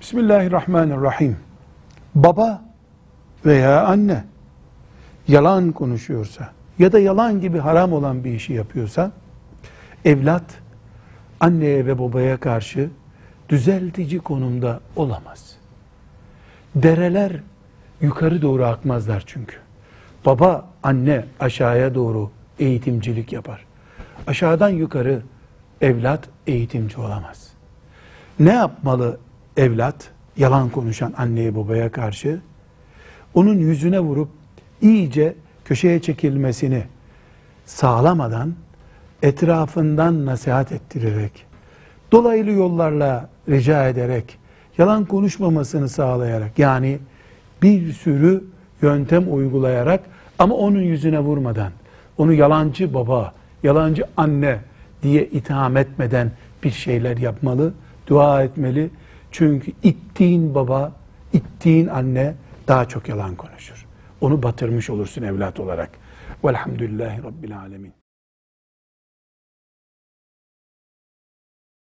Bismillahirrahmanirrahim. Baba veya anne yalan konuşuyorsa ya da yalan gibi haram olan bir işi yapıyorsa, evlat anneye ve babaya karşı düzeltici konumda olamaz. Dereler yukarı doğru akmazlar çünkü. Baba, anne aşağıya doğru eğitimcilik yapar. Aşağıdan yukarı evlat eğitimci olamaz. Ne yapmalı evlat, yalan konuşan anneye babaya karşı? Onun yüzüne vurup iyice köşeye çekilmesini sağlamadan, etrafından nasihat ettirerek, dolaylı yollarla rica ederek, yalan konuşmamasını sağlayarak, yani bir sürü yöntem uygulayarak ama onun yüzüne vurmadan, onu yalancı baba, yalancı anne diye itham etmeden bir şeyler yapmalı, dua etmeli. Çünkü ittiğin baba, ittiğin anne daha çok yalan konuşur. Onu batırmış olursun evlat olarak. Velhamdülillahi Rabbil Alemin.